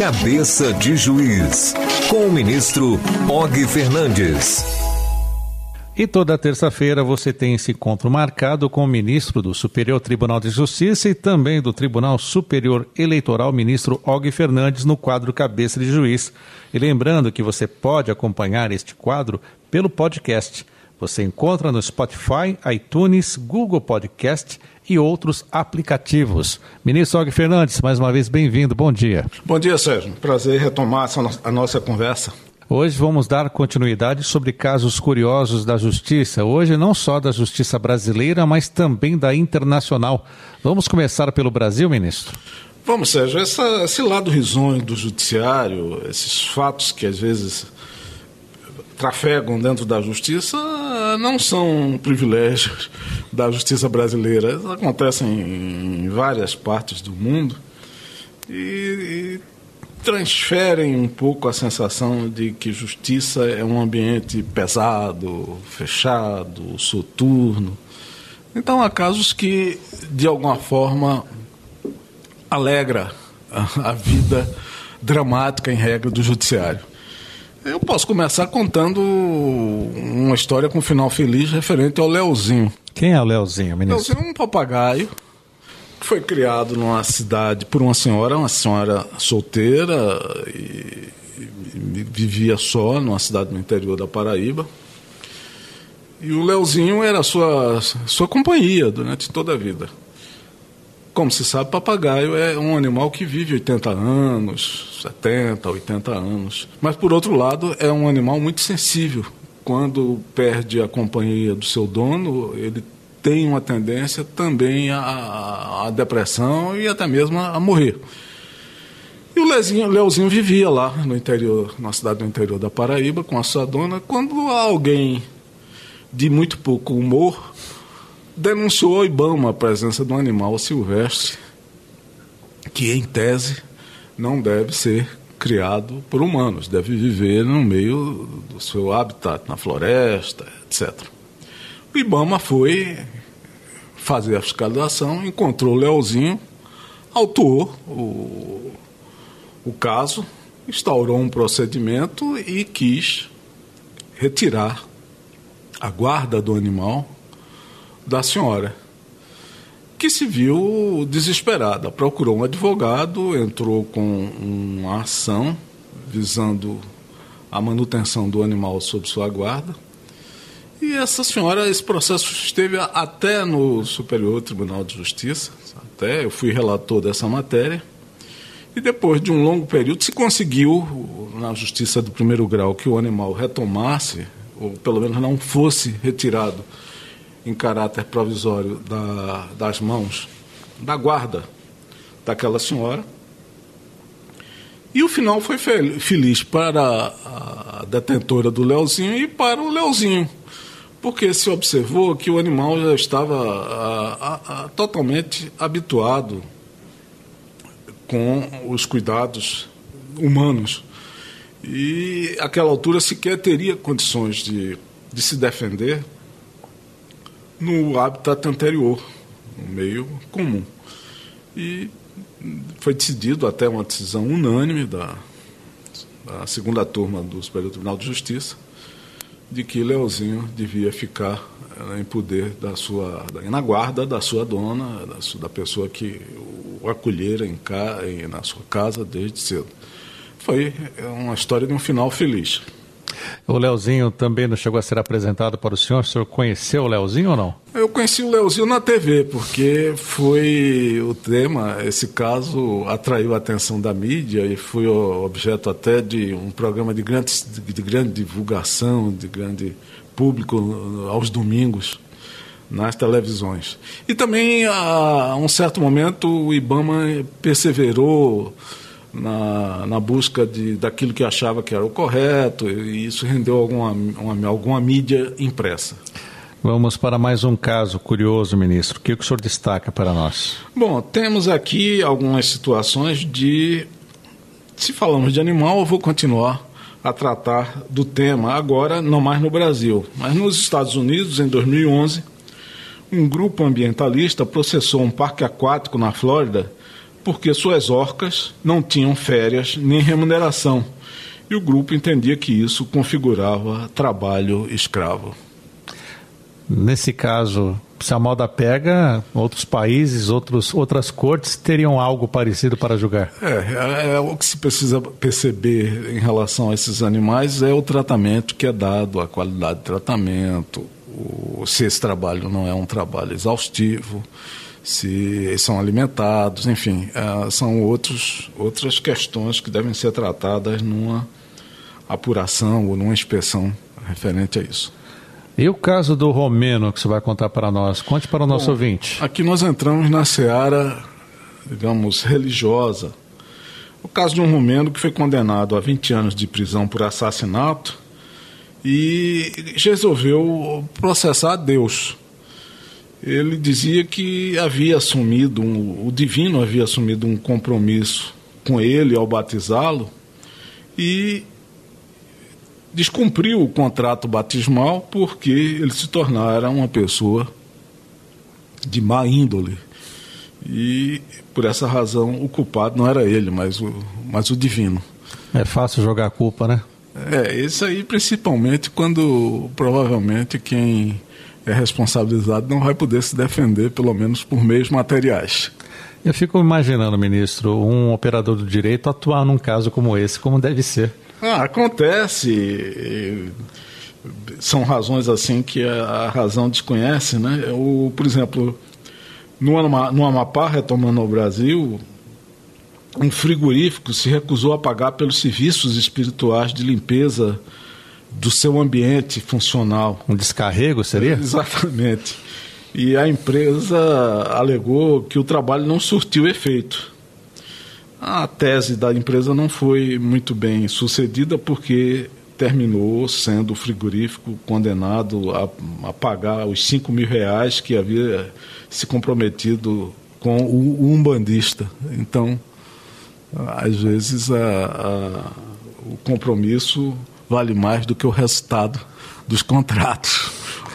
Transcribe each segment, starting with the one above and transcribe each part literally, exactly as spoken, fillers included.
Cabeça de Juiz, com o ministro Og Fernandes. E toda terça-feira você tem esse encontro marcado com o ministro do Superior Tribunal de Justiça e também do Tribunal Superior Eleitoral, ministro Og Fernandes, no quadro Cabeça de Juiz. E lembrando que você pode acompanhar este quadro pelo podcast. Você encontra no Spotify, iTunes, Google Podcast e outros aplicativos. Ministro Og Fernandes, mais uma vez bem-vindo, bom dia. Bom dia, Sérgio. Prazer retomar a nossa conversa. Hoje vamos dar continuidade sobre casos curiosos da Justiça. Hoje não só da Justiça brasileira, mas também da internacional. Vamos começar pelo Brasil, ministro? Vamos, Sérgio. Essa, esse lado risonho do judiciário, esses fatos que às vezes trafegam dentro da Justiça, não são privilégios da Justiça brasileira. Eles acontecem em várias partes do mundo e... e transferem um pouco a sensação de que justiça é um ambiente pesado, fechado, soturno. Então há casos que, de alguma forma, alegra a, a vida dramática, em regra, do judiciário. Eu posso começar contando uma história com um final feliz referente ao Leozinho. Quem é o Leozinho, ministro? Leozinho é um papagaio. Foi criado numa cidade por uma senhora, uma senhora solteira, e, e vivia só numa cidade no interior da Paraíba. E o Leozinho era a sua, sua companhia durante toda a vida. Como se sabe, papagaio é um animal que vive oitenta anos, setenta, oitenta anos. Mas, por outro lado, é um animal muito sensível. Quando perde a companhia do seu dono, ele tem uma tendência também à, à depressão e até mesmo a, a morrer. E o Leozinho, Leozinho vivia lá no interior, numa cidade do interior da Paraíba, com a sua dona, quando alguém de muito pouco humor denunciou ao IBAMA a presença de um animal silvestre que, em tese, não deve ser criado por humanos, deve viver no meio do seu habitat, na floresta, etcétera. O IBAMA foi fazer a fiscalização, encontrou o Leozinho, autuou o, o caso, instaurou um procedimento e quis retirar a guarda do animal da senhora, que se viu desesperada. Procurou um advogado, entrou com uma ação visando a manutenção do animal sob sua guarda. E essa senhora, esse processo esteve até no Superior Tribunal de Justiça, até eu fui relator dessa matéria, e depois de um longo período se conseguiu, na Justiça do Primeiro Grau, que o animal retomasse, ou pelo menos não fosse retirado em caráter provisório da, das mãos da guarda daquela senhora. E o final foi feliz para a detentora do Leozinho e para o Leozinho, porque se observou que o animal já estava a, a, a, totalmente habituado com os cuidados humanos. E, àquela altura, sequer teria condições de, de se defender no habitat anterior, no meio comum. E foi decidido, até uma decisão unânime da, da segunda turma do Superior Tribunal de Justiça, de que Leozinho devia ficar em poder da sua, na guarda da sua dona, da, sua, da pessoa que o acolhera em, em, na sua casa desde cedo. Foi uma história de um final feliz. O Leozinho também não chegou a ser apresentado para o senhor? O senhor conheceu o Leozinho ou não? Eu conheci o Leozinho na T V, porque foi o tema, esse caso atraiu a atenção da mídia e foi objeto até de um programa de grande, de grande divulgação, de grande público aos domingos nas televisões. E também, a um certo momento, o IBAMA perseverou Na, na busca de, daquilo que achava que era o correto, e isso rendeu alguma, uma, alguma mídia impressa. Vamos para mais um caso curioso, ministro. O que o senhor destaca para nós? Bom, temos aqui algumas situações de... Se falamos de animal, eu vou continuar a tratar do tema agora, não mais no Brasil, mas nos Estados Unidos, em dois mil e onze, um grupo ambientalista processou um parque aquático na Flórida porque suas orcas não tinham férias nem remuneração. E o grupo entendia que isso configurava trabalho escravo. Nesse caso, se a moda pega, outros países, outros, outras cortes teriam algo parecido para julgar. É, é, é o que se precisa perceber em relação a esses animais é o tratamento que é dado, a qualidade de tratamento, o, se esse trabalho não é um trabalho exaustivo, se são alimentados, enfim, é, são outros, outras questões que devem ser tratadas numa apuração ou numa inspeção referente a isso. E o caso do Romeno que você vai contar para nós? Conte para o nosso Bom, ouvinte. Aqui nós entramos na seara, digamos, religiosa. O caso de um romeno que foi condenado a vinte anos de prisão por assassinato e resolveu processar a Deus. Ele dizia que havia assumido, um, o divino havia assumido um compromisso com ele ao batizá-lo e descumpriu o contrato batismal porque ele se tornara uma pessoa de má índole. E, por essa razão, o culpado não era ele, mas o, mas o divino. É fácil jogar a culpa, né? É, isso aí principalmente quando, provavelmente, quem é responsabilizado não vai poder se defender, pelo menos por meios materiais. Eu fico imaginando, ministro, um operador do direito atuar num caso como esse, como deve ser. Ah, acontece, são razões assim que a razão desconhece, né? O, por exemplo, no, no Amapá, retomando ao Brasil, um frigorífico se recusou a pagar pelos serviços espirituais de limpeza do seu ambiente funcional. Um descarrego, seria? Exatamente. E a empresa alegou que o trabalho não surtiu efeito. A tese da empresa não foi muito bem sucedida porque terminou sendo o frigorífico condenado a, a pagar os cinco mil reais que havia se comprometido com o umbandista. Então, às vezes, a, a, o compromisso vale mais do que o resultado dos contratos.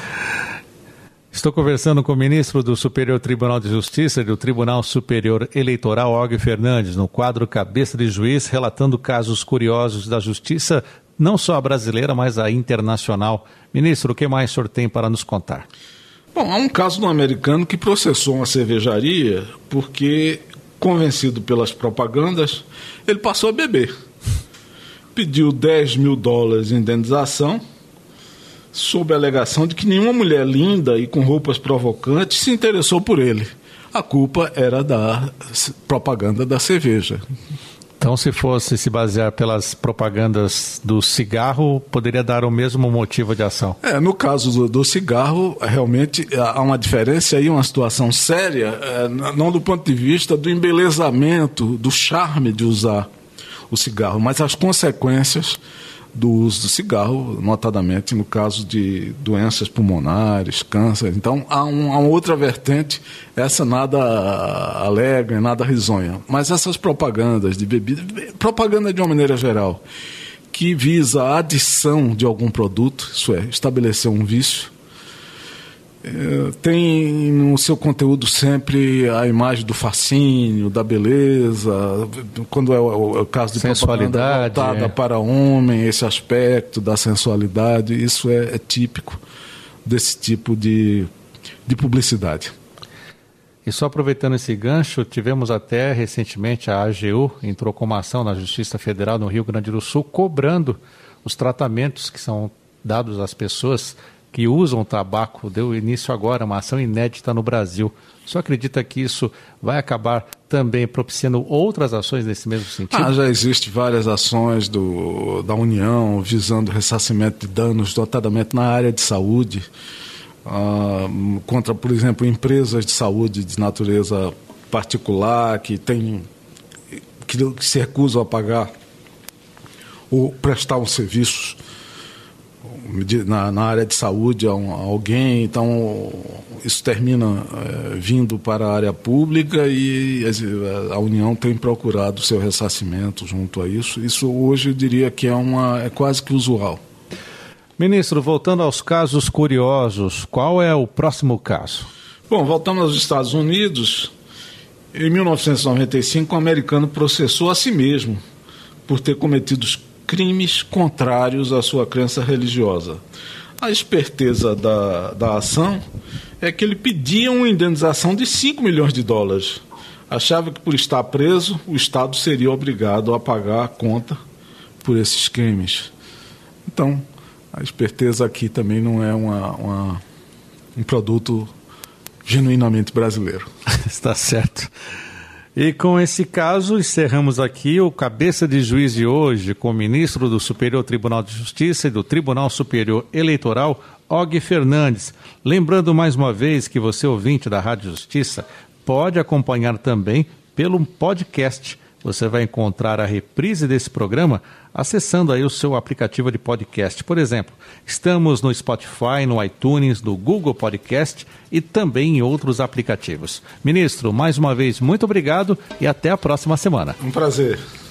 Estou conversando com o ministro do Superior Tribunal de Justiça e do Tribunal Superior Eleitoral, Og Fernandes, no quadro Cabeça de Juiz, relatando casos curiosos da justiça, não só a brasileira, mas a internacional. Ministro, o que mais o senhor tem para nos contar? Bom, há um caso de um americano que processou uma cervejaria porque, convencido pelas propagandas, ele passou a beber. Pediu dez mil dólares de indenização, sob a alegação de que nenhuma mulher linda e com roupas provocantes se interessou por ele. A culpa era da propaganda da cerveja. Então, se fosse se basear pelas propagandas do cigarro, poderia dar o mesmo motivo de ação? É, no caso do, do cigarro, realmente há uma diferença aí, uma situação séria, é, não do ponto de vista do embelezamento, do charme de usar o cigarro, mas as consequências do uso do cigarro, notadamente no caso de doenças pulmonares, câncer. Então, há, um, há uma outra vertente, essa nada alegre, nada risonha. Mas essas propagandas de bebida, propaganda de uma maneira geral, que visa a adição de algum produto, isso é, estabelecer um vício, é, tem no seu conteúdo sempre a imagem do fascínio, da beleza, quando é o, é o caso de propaganda voltada é. para homem, esse aspecto da sensualidade, isso é, é típico desse tipo de, de publicidade. E só aproveitando esse gancho, tivemos até recentemente a A G U entrou com uma ação na Justiça Federal no Rio Grande do Sul, cobrando os tratamentos que são dados às pessoas que usam tabaco. Deu início agora uma ação inédita no Brasil. O senhor acredita que isso vai acabar também propiciando outras ações nesse mesmo sentido? Ah, já existem várias ações do, da União visando ressarcimento de danos, notadamente na área de saúde, ah, contra, por exemplo, empresas de saúde de natureza particular que, tem, que, que se recusam a pagar ou prestar um serviço Na, na área de saúde a, um, a alguém, então isso termina é, vindo para a área pública e a, a União tem procurado o seu ressarcimento junto a isso. Isso hoje eu diria que é, uma, é quase que usual. Ministro, voltando aos casos curiosos, qual é o próximo caso? Bom, voltamos aos Estados Unidos Em mil novecentos e noventa e cinco, o americano processou a si mesmo por ter cometido crimes contrários à sua crença religiosa. A esperteza da, da ação é que ele pedia uma indenização de cinco milhões de dólares. Achava que, por estar preso, o Estado seria obrigado a pagar a conta por esses crimes. Então, a esperteza aqui também não é uma, uma, um produto genuinamente brasileiro. Está certo. E com esse caso, encerramos aqui o Cabeça de Juiz de hoje com o ministro do Superior Tribunal de Justiça e do Tribunal Superior Eleitoral, Og Fernandes. Lembrando mais uma vez que você, ouvinte da Rádio Justiça, pode acompanhar também pelo podcast. Você vai encontrar a reprise desse programa acessando aí o seu aplicativo de podcast. Por exemplo, estamos no Spotify, no iTunes, no Google Podcast e também em outros aplicativos. Ministro, mais uma vez, muito obrigado e até a próxima semana. Um prazer.